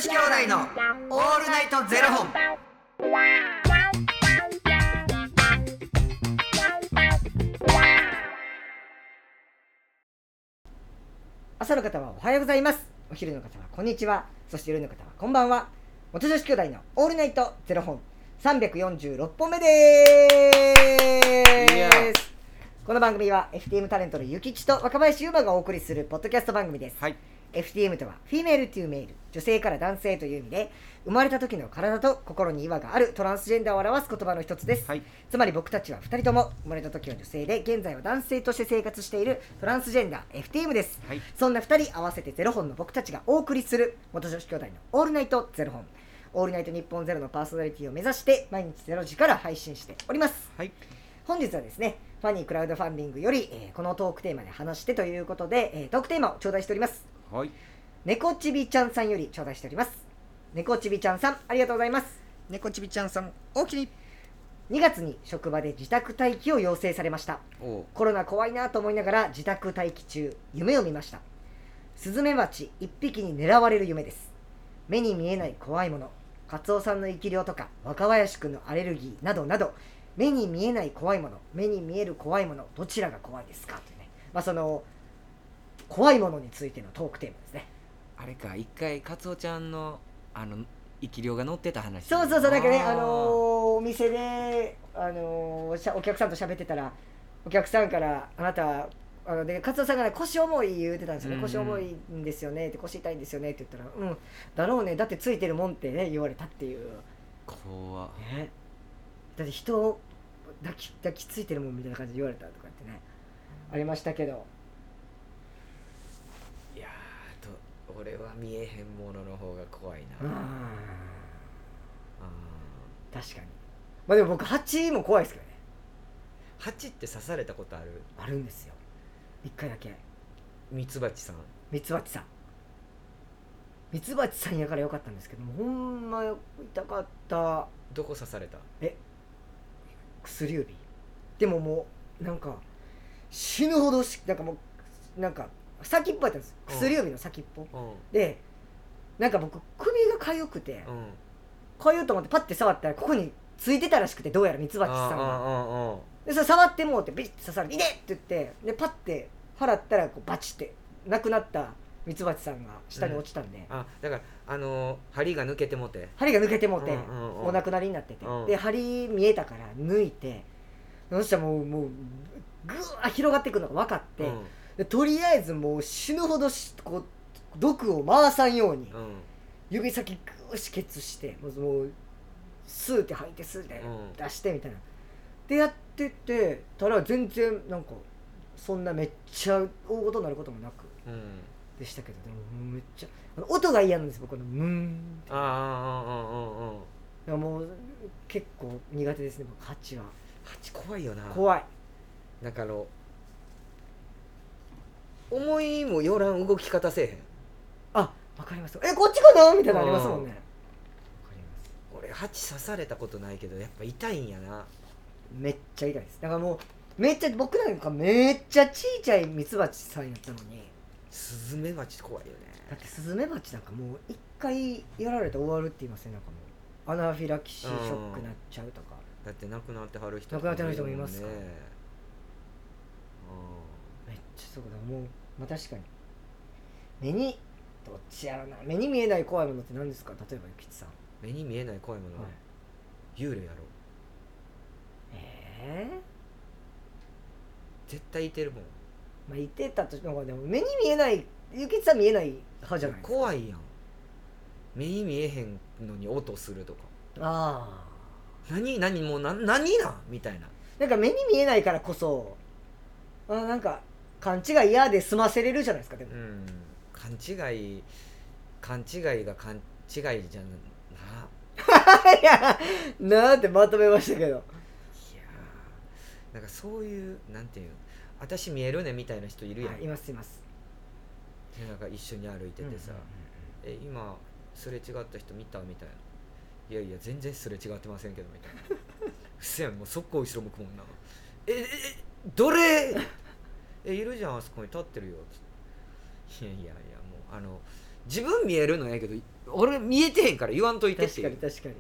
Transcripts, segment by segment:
子兄弟のオールナイトゼロ本。 朝の方はおはようございます。お昼の方はこんにちは。そして夜の方はこんばんは。元女子兄弟のオールナイトゼロ本346本目です。この番組は FTM タレントのゆきちと若林優馬がお送りするポッドキャスト番組です。FTM とはフィメールトゥーメール、女性から男性という意味で、生まれた時の体と心に違和があるトランスジェンダーを表す言葉の一つです。つまり僕たちは2人とも生まれた時は女性で現在は男性として生活しているトランスジェンダー FTM です。そんな2人合わせてゼロ本の僕たちがお送りする元女子兄弟のオールナイトゼロ本、オールナイト日本ゼロのパーソナリティを目指して毎日0時から配信しております。本日はですね、ファニークラウドファンディングより、このトークテーマで話してということで、トークテーマを頂戴しております。猫ちびちゃんさんより頂戴しております。猫ちびちゃんさん、ありがとうございます。 猫ちびちゃんさん、大きに。 2月に職場で自宅待機を要請されました。コロナ怖いなと思いながら自宅待機中、夢を見ました。スズメバチ1匹に狙われる夢です。目に見えない怖いもの、カツオさんの生き量とか若林くんのアレルギーなどなど、目に見えない怖いもの、目に見える怖いもの、どちらが怖いですかというね、その怖いものについてのトークテーマですね。 あれか、一回カツオちゃんの生き量が載ってた話。 そうなんかね、お店で、お客さんと喋ってたら、お客さんからあなたでカツオさんが、ね、腰重い言うてたんですよね。腰重いんですよねって、腰痛いんですよねって言ったら、だろうね、だってついてるもんってね言われたっていう。 怖っ、 ね、だって人を抱きついてるもんみたいな感じで言われたとかってね、ありましたけど、 いやー、俺は見えへんものの方が怖いな。 確かに。でも僕蜂も怖いですけどね。 蜂って刺されたことある？ あるんですよ、1回だけ。 ミツバチさんやからよかったんですけども、ほんま痛かった。 どこ刺された？ 薬指。でももうなんか死ぬほどなんかもうなんか先っぽやったんです、薬指の先っぽ、でなんか僕首が痒くて、痒いと思ってパッて触ったらここについてたらしくて、どうやらミツバチさんが。でそれ触ってもうてビッて刺されて「痛っ!」って言って、でパッて払ったらこうバチってなくなったミツバチさんが下に落ちたんで、 だから針が抜けてもてお亡くなりになってて、で針見えたから抜いて、そしたらもうぐわー広がっていくのが分かって、でとりあえずもう死ぬほどこう毒を回さんように、指先ぐー止血してもうスーって吐いてスーって出してみたいな、でやっててたら全然なんかそんなめっちゃ大事になることもなくでしたけど、でもめっちゃ音が嫌なんです、僕のムーンって。もう結構苦手ですね、僕蜂は。 蜂怖いよな。 怖い。 なんか思いもよらん動き方せえへん。 わかります。こっちかなみたいなのありますもんね。わかります。俺蜂刺されたことないけどやっぱ痛いんやな。 めっちゃ痛いです。だからもうめっちゃ僕なんかめっちゃちいちゃいミツバチさんやったのに。 スズメバチ怖いよね。 だってスズメバチなんかもう一回やられて終わるって言いますね。なんかもうアナフィラキシーショックなっちゃうとか。 だって亡くなってはる人もいますから。めっちゃそうだ。もう確かに目にどっちやろな、目に見えない怖いものって何ですか？例えばゆきちさん。 目に見えない怖いもの、幽霊やろ。絶対いてるもん。 いてたとしても、でも目に見えない、ゆきちさん見えない派じゃないですか。 怖いやん。目に見えへんのに音するとか。何もう何なんみたいな。 なんか目に見えないからこそなんか勘違い嫌で済ませれるじゃないですか。でも勘違いが勘違いじゃないやなんてまとめましたけど、いやなんかそういうなんていうの、私見えるねみたいな人いるやん。 います。 でなんか一緒に歩いててさ、今すれ違った人見たみたいな。いや全然すれ違ってませんけどみたいな。うせやん、もう速攻後ろ向くもんな。どれいるじゃん、あそこに立ってるよつって。いやもう自分見えるのやけど俺見えてへんから言わんといてっていう。 確かに確かに。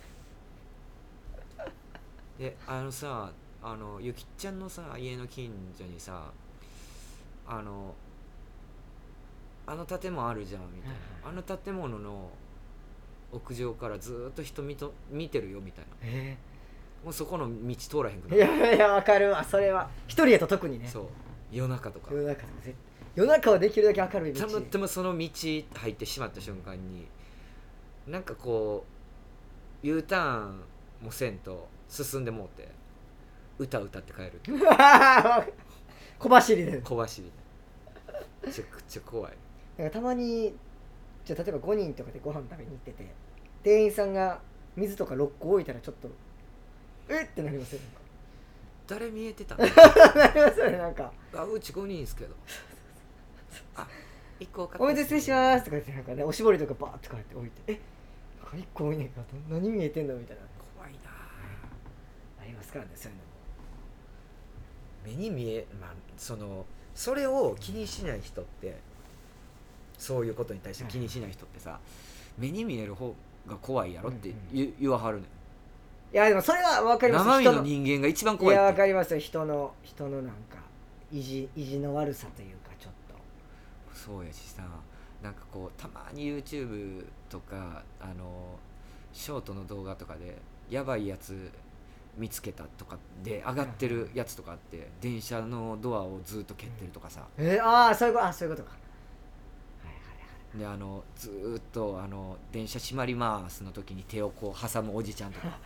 でさゆきちゃんのさ家の近所にさあの建物あるじゃんみたいな、あの建物の屋上からずっと人見てるよみたいな、もうそこの道通らへんくなる。 いやいやわかるわ、それは一人やと特にね。 そう夜中とか夜中はできるだけ明るい道。 たまたまその道入ってしまった瞬間になんかこう U ターンもせんと進んでもうて歌って帰る小走りで。 小走りめちゃくちゃ怖い。 なんかたまにじゃあ例えば5人とかでご飯食べに行ってて店員さんが水とか6個置いたらちょっとえってなりますよ。 誰見えてたのなりますよね。なんかうち5人ですけど1個お水失礼しますとか言ってなんかねおしぼりとかバーってこうやって置いてなんか1個多いねんか何見えてんのみたいな。 怖いなありますからねそういうのも。 目に見えそれを気にしない人ってそういうことに対して気にしない人ってさ、目に見える方が怖いやろって言わはるねん。 いやでもそれは分かります。 生身の人間が一番怖いって。 いや分かりますよ。人のなんか意地の悪さというかちょっとそうやしさ、なんかこうたまに YouTube とかショートの動画とかでやばいやつ見つけたとかで上がってるやつとかあって、電車のドアをずっと蹴ってるとかさ、 そういうことか。 でずーっと電車閉まりますの時に手をこう挟むおじちゃんとか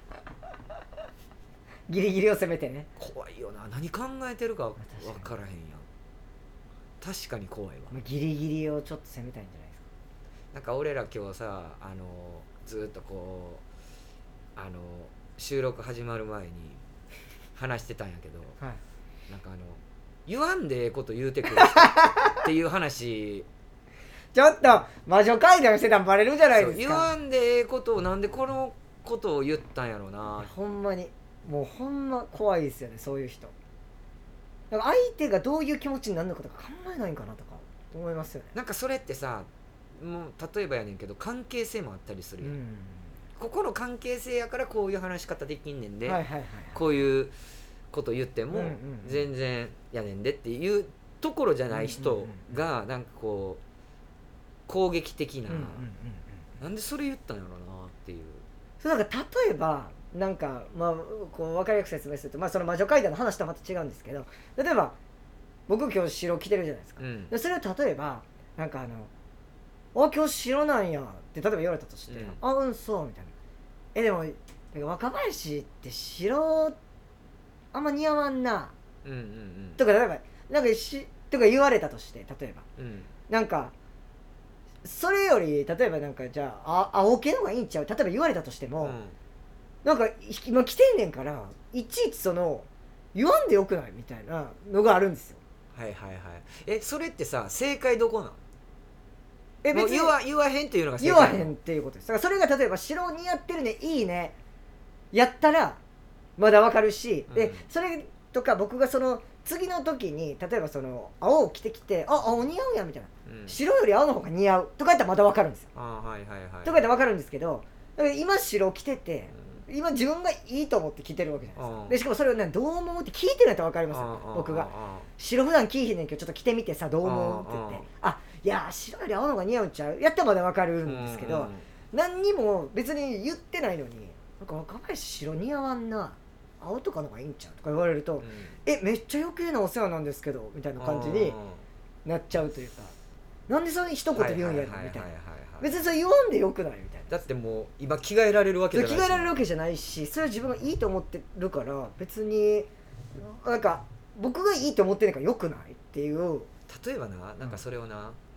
ギリギリを攻めてね。 怖いよな。何考えてるか分からへんやん。確かに怖いわ。 ギリギリをちょっと攻めたいんじゃないですか。 なんか俺ら今日さずーっとこう収録始まる前に話してたんやけど、 はい、 なんか言わんでええこと言うてくる人っていう話ちょっと魔女会談してたんバレるじゃないですか。 言わんでええことをなんでこのことを言ったんやろうな。 ほんまにもうほんま怖いですよねそういう人。だから相手がどういう気持ちになるのかとか考えないんかなとか思いますよね。 なんかそれってさ、もう例えばやねんけど関係性もあったりするよ、ここの関係性やからこういう話し方できんねんで、こういうこと言っても全然やねんでっていうところじゃない人がなんかこう攻撃的な、なんでそれ言ったんやろうなっていう。 そうなんか例えばなんかこう分かりやすく説明すると、その魔女階段の話とはまた違うんですけど、例えば僕今日白着てるじゃないですか、でそれを例えばなんか今日白なんやって例えば言われたとして、そうみたいな。でもなんか若林って白あんま似合わんな、とか例えばなんかとか言われたとして、例えば、なんかそれより例えばなんかじゃあ青系の方がいいんちゃう例えば言われたとしても、なんか今来てんねんからいちいち言わんでよくないみたいなのがあるんですよ。 それってさ正解どこなん？ 別に言わへんっていうのが正解。 言わへんっていうことです。だからそれが例えば白似合ってるねいいねやったらまだわかるし、でそれとか僕が次の時に例えば青を着てきて青似合うやんみたいな、白より青の方が似合うとかやったらまだわかるんですよ。とかやったらわかるんですけど、だから今白着てて、今自分がいいと思って着てるわけじゃないですか。でしかもそれをねどう思うって聞いてるやったらわかりますよ。僕が白普段着いひんねんけどちょっと着てみてさどう思うって言って、いや白より青の方が似合うんちゃうやったらまだわかるんですけど、何にも別に言ってないのになんか若林白似合わんな青とかの方がいいんちゃうとか言われると、めっちゃ余計なお世話なんですけどみたいな感じになっちゃうというか、なんでそれ一言言うんやろみたいな、別にそれ言わんでよくないみたいな。 だってもう今着替えられるわけじゃないし、 着替えられるわけじゃないし、それは自分がいいと思ってるから別になんか僕がいいと思ってるからよくないっていう。 例えばなんかそれを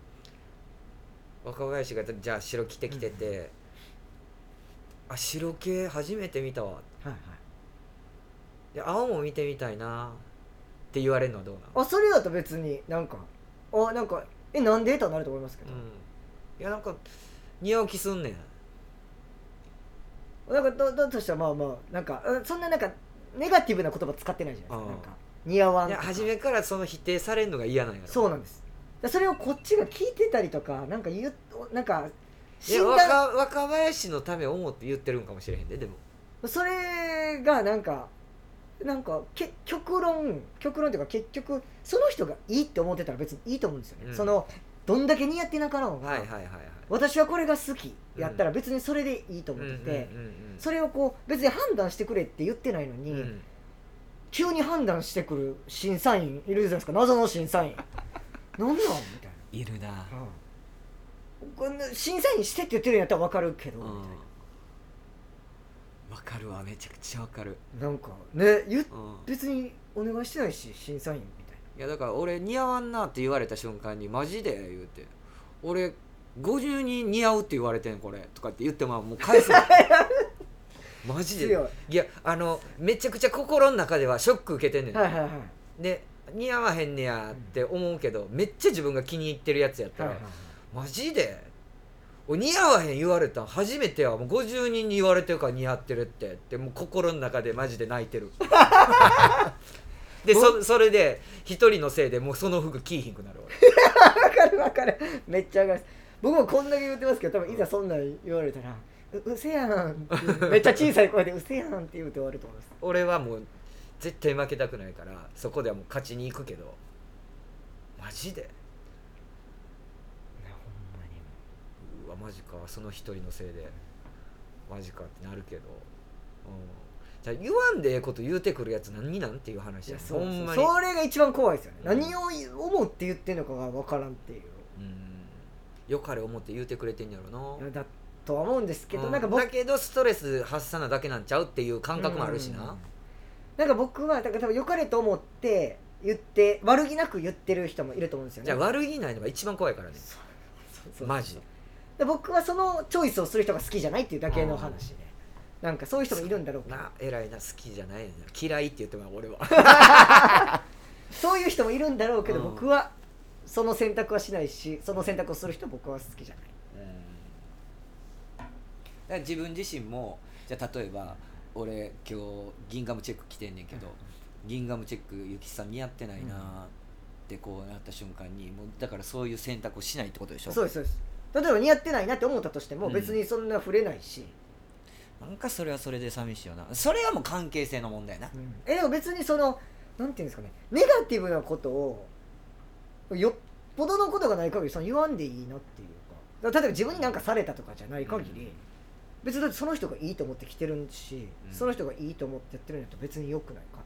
若林がじゃあ白着てきてて、白系初めて見たわ、で青も見てみたいなって言われるのはどうなの？ それだと別になんかなんかなんでとなると思いますけど、 いやなんか似合う気すんねん。 なんかだとしたらなんかそんななんかネガティブな言葉使ってないじゃないですか。なんか似合わんとか。 初めから否定されるのが嫌なんやろ。 そうなんです。それをこっちが聞いてたりとかなんかいや若林のためを思って言ってるんかもしれへんで。でもそれがなんか極論っていうか、結局その人がいいって思ってたら別にいいと思うんですよね、そのどんだけ似合ってなかろうが、私はこれが好きやったら別にそれでいいと思ってて、それをこう別に判断してくれって言ってないのに、急に判断してくる審査員いるじゃないですか、謎の審査員なんなんみたいな、 いるな、 こんな審査員してって言ってるんやったら分かるけど、みたいな。 分かるわ、めちゃくちゃ分かる。 なんかね、別にお願いしてないし審査員みたいな。 いやだから俺似合わんなって言われた瞬間にマジで言うて、俺50人似合うって言われてんこれとかって言っても返すマジで。いやめちゃくちゃ心の中ではショック受けてんねん、で似合わへんねやって思うけど、めっちゃ自分が気に入ってるやつやったら、マジで似合わへん言われたん初めてはもう50人に言われてるから似合ってるってもう心の中でマジで泣いてるでそれで一人のせいでもうその服着いひんくなるわかるめっちゃわかる。僕もこんだけ言ってますけど、多分いざそんなん言われたらうせやんってめっちゃ小さい声でうせやんって言うて終わると思います。 俺はもう絶対負けたくないからそこではもう勝ちに行くけど、マジでうわマジかその一人のせいでマジかってなるけど、じゃあ言わんでええこと言うてくるやつ何なんっていう話やね。ほんまにそれが一番怖いですよね、何を思って言ってんのかが分からんっていう。 よかれ思って言うてくれてんやろな。 だとは思うんですけど、 なんかだけどストレス発散なだけなんちゃうっていう感覚もあるしな。 なんか僕はだから多分よかれと思って言って悪気なく言ってる人もいると思うんですよね。 じゃあ悪気ないのが一番怖いからね。マジで僕はそのチョイスをする人が好きじゃないっていうだけの話で、なんかそういう人もいるんだろうな。偉いな、好きじゃない嫌いって言っても俺はそういう人もいるんだろうけど、僕はその選択はしないし、その選択をする人は僕は好きじゃない。 だから自分自身もじゃあ例えば俺今日ギンガムチェック着てんねんけど、ギンガムチェックゆきさん似合ってないなってこうなった瞬間にもうだからそういう選択をしないってことでしょ。 そうですそうです。例えば似合ってないなって思ったとしても別にそんな触れないし、 なんかそれはそれで寂しいよな。それはもう関係性の問題な、 でも別にそのなんていうんですかね、ネガティブなことをよっぽどのことがない限りその言わんでいいなっていうか、例えば自分に何かされたとかじゃない限り、別にだってその人がいいと思って来てるし、その人がいいと思ってやってるんだと別に良くないかっていう。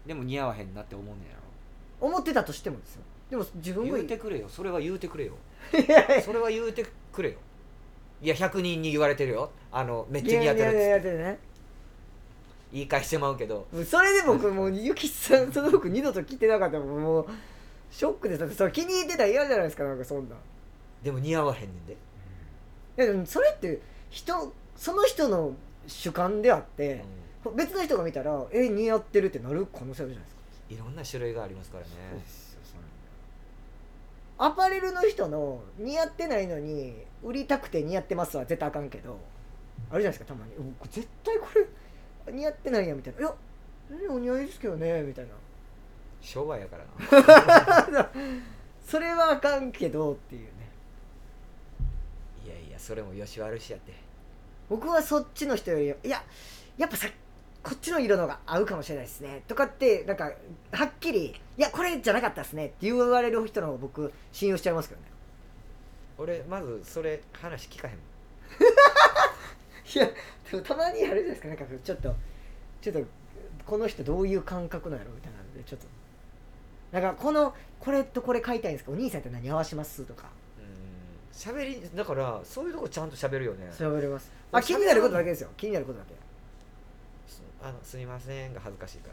でも似合わへんなって思うねんやろ。思ってたとしてもですよ。でも自分が言うてくれよ。それは言うてくれよそれは言うてくれよ。いや100人に言われてるよ、めっちゃ似合ってるっつってね、言い返してまうけど、 それで僕もうゆきさんその服二度と着てなかったらもうショックで、だってそれ気に入ってたら嫌じゃないですか。なんかそんなでも似合わへんねんで。 いやでもそれってその人の主観であって、別の人が見たら似合ってるってなる可能性あるじゃないですか。 いろんな種類がありますからね。 そうですよ。アパレルの人の似合ってないのに売りたくて似合ってますは絶対あかんけど、あるじゃないですかたまに、絶対これ似合ってないやみたいな、いやお似合いですけどねみたいな、 商売やからなそれはあかんけどっていうね。 いやいやそれもよし悪しやって。 僕はそっちの人よりやっぱこっちの色のが合うかもしれないですねとかってなんかはっきりいやこれじゃなかったですねって言われる人の方が僕信用しちゃいますけどね。 俺まずそれ話聞かへんもんいやでもたまにあるじゃないですか、なんかちょっとこの人どういう感覚なんやろみたいなんで、ちょっとなんかこれとこれ買いたいんですか、お兄さんって何合わしますとか。 喋りだからそういうとこちゃんと喋るよね。 喋れます。気になることだけですよ。気になることだけ。 すみませんが恥ずかしいから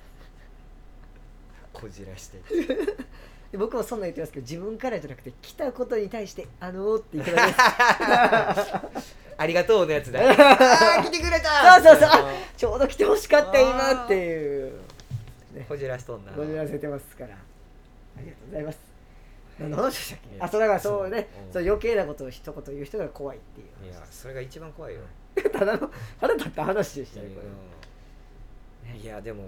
こじらしてで僕もそんな言ってますけど、自分からじゃなくて来たことに対してって言ってますありがとうのやつだ来てくれたそうちょうど来てほしかった今っていう、 こじらしとんな。 こじらせてますから、ありがとうございます。何の話でしたっけ。そうだからそうね、そう余計なことを一言言う人が怖いっていう。 いやそれが一番怖いよただの腹立った話でしたねこれ。 いやでも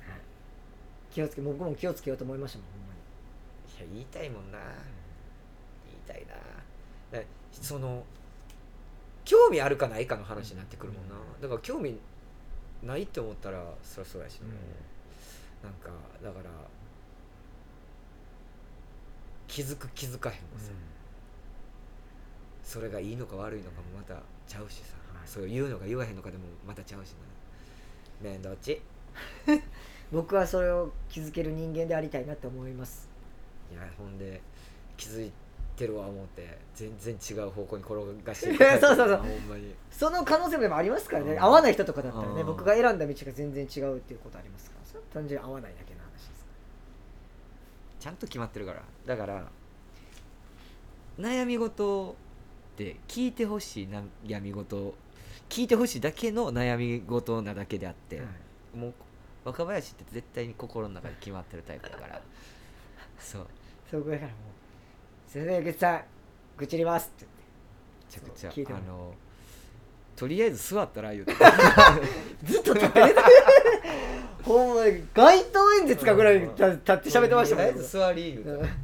僕も気をつけようと思いましたもん。ほんまに。 いや言いたいもんな。 その興味あるかないかの話になってくるもんな、だから興味ないって思ったらそりゃそうやし、なんかだから気づく気づかへんもさ、それがいいのか悪いのかもまたちゃうしさ、それを言うのか言わへんのかでもまたちゃうしな。どっち僕はそれを気づける人間でありたいなと思います。 いやほんで気づいてるわ思って全然違う方向に転がしてそうそうそう、 ほんまにその可能性もでもありますからね。合わない人とかだったらね、僕が選んだ道が全然違うっていうことありますから、それは単純に合わないだけの話です。 ちゃんと決まってるから。だから悩み事って聞いてほしい悩み事、聞いてほしいだけの悩み事なだけであって、もう若林って絶対に心の中で決まってるタイプだからそうそこだからもう「すいません、ゆきさん愚痴ります」ってめちゃくちゃ聞いてもとりあえず座ったら言うてずっと立ってねほんまに街頭演説かぐらい立って喋ってましたもん。 とりあえず座り言うて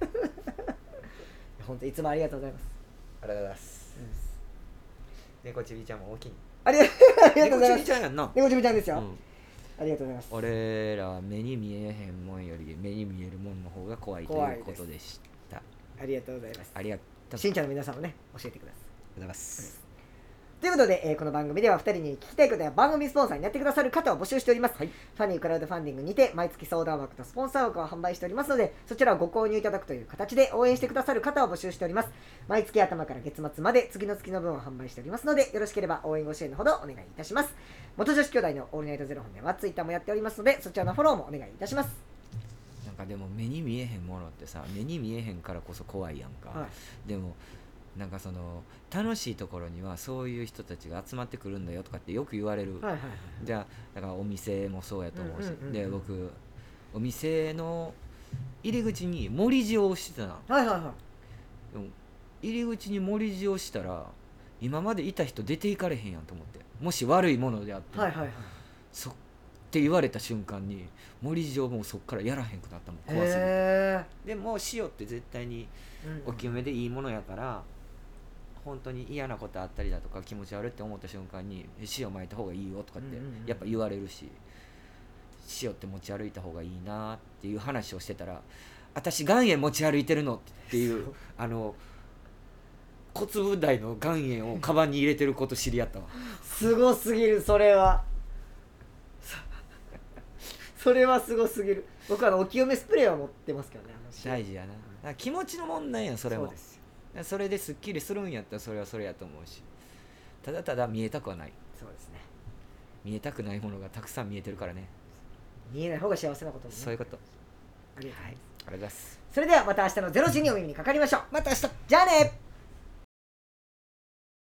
本当いつもありがとうございます。 ありがとうございます。猫ちびちゃんも大きい。 ありがとうございます。 猫ちびちゃんやんな。 猫ちびちゃんですよ、ありがとうございます。 俺らは目に見えへんもんより目に見えるもんの方が怖いということでした。 ありがとうございます。 ありがとう。 新茶の皆さんもね教えてください。 ありがとうございます。 ということで、この番組では2人に聞きたいことや番組スポンサーになってくださる方を募集しております、ファニークラウドファンディングにて毎月相談枠とスポンサー枠を販売しておりますので、そちらをご購入いただくという形で応援してくださる方を募集しております。毎月頭から月末まで次の月の分を販売しておりますので、よろしければ応援ご支援のほどお願いいたします。元女子兄弟のオールナイトゼロ本ではツイッターもやっておりますので、そちらのフォローもお願いいたします。 なんかでも目に見えへんものってさ、目に見えへんからこそ怖いやんか、でもなんかその楽しいところにはそういう人たちが集まってくるんだよとかってよく言われる、じゃあだからお店もそうやと思うし、で僕お店の入り口に盛り塩をしてたな、でも入り口に盛り塩したら今までいた人出ていかれへんやんと思って、もし悪いものであっても、そって言われた瞬間に盛り塩もそっからやらへんくなったもん、怖すぎて。でも塩って絶対にお清めでいいものやから、本当に嫌なことあったりだとか気持ち悪いって思った瞬間に塩巻いた方がいいよとかってやっぱ言われるし、塩って持ち歩いた方がいいなっていう話をしてたら、私岩塩持ち歩いてるのっていう小粒大の岩塩をカバンに入れてること知り合ったわすごすぎる、それはそれはすごすぎる。僕はお清めスプレーは持ってますけどね。 大事やな、だから気持ちの問題やん、それも。そうですよ。それですっきりするんやったらそれはそれやと思うし、ただただ見えたくはない。 そうですね、 見えたくないものがたくさん見えてるからね。 見えない方が幸せなことですね。 そういうこと。 ありがとうございます。 ありがとうございます。 それではまた明日の0時にお耳にかかりましょう。また明日、じゃあね。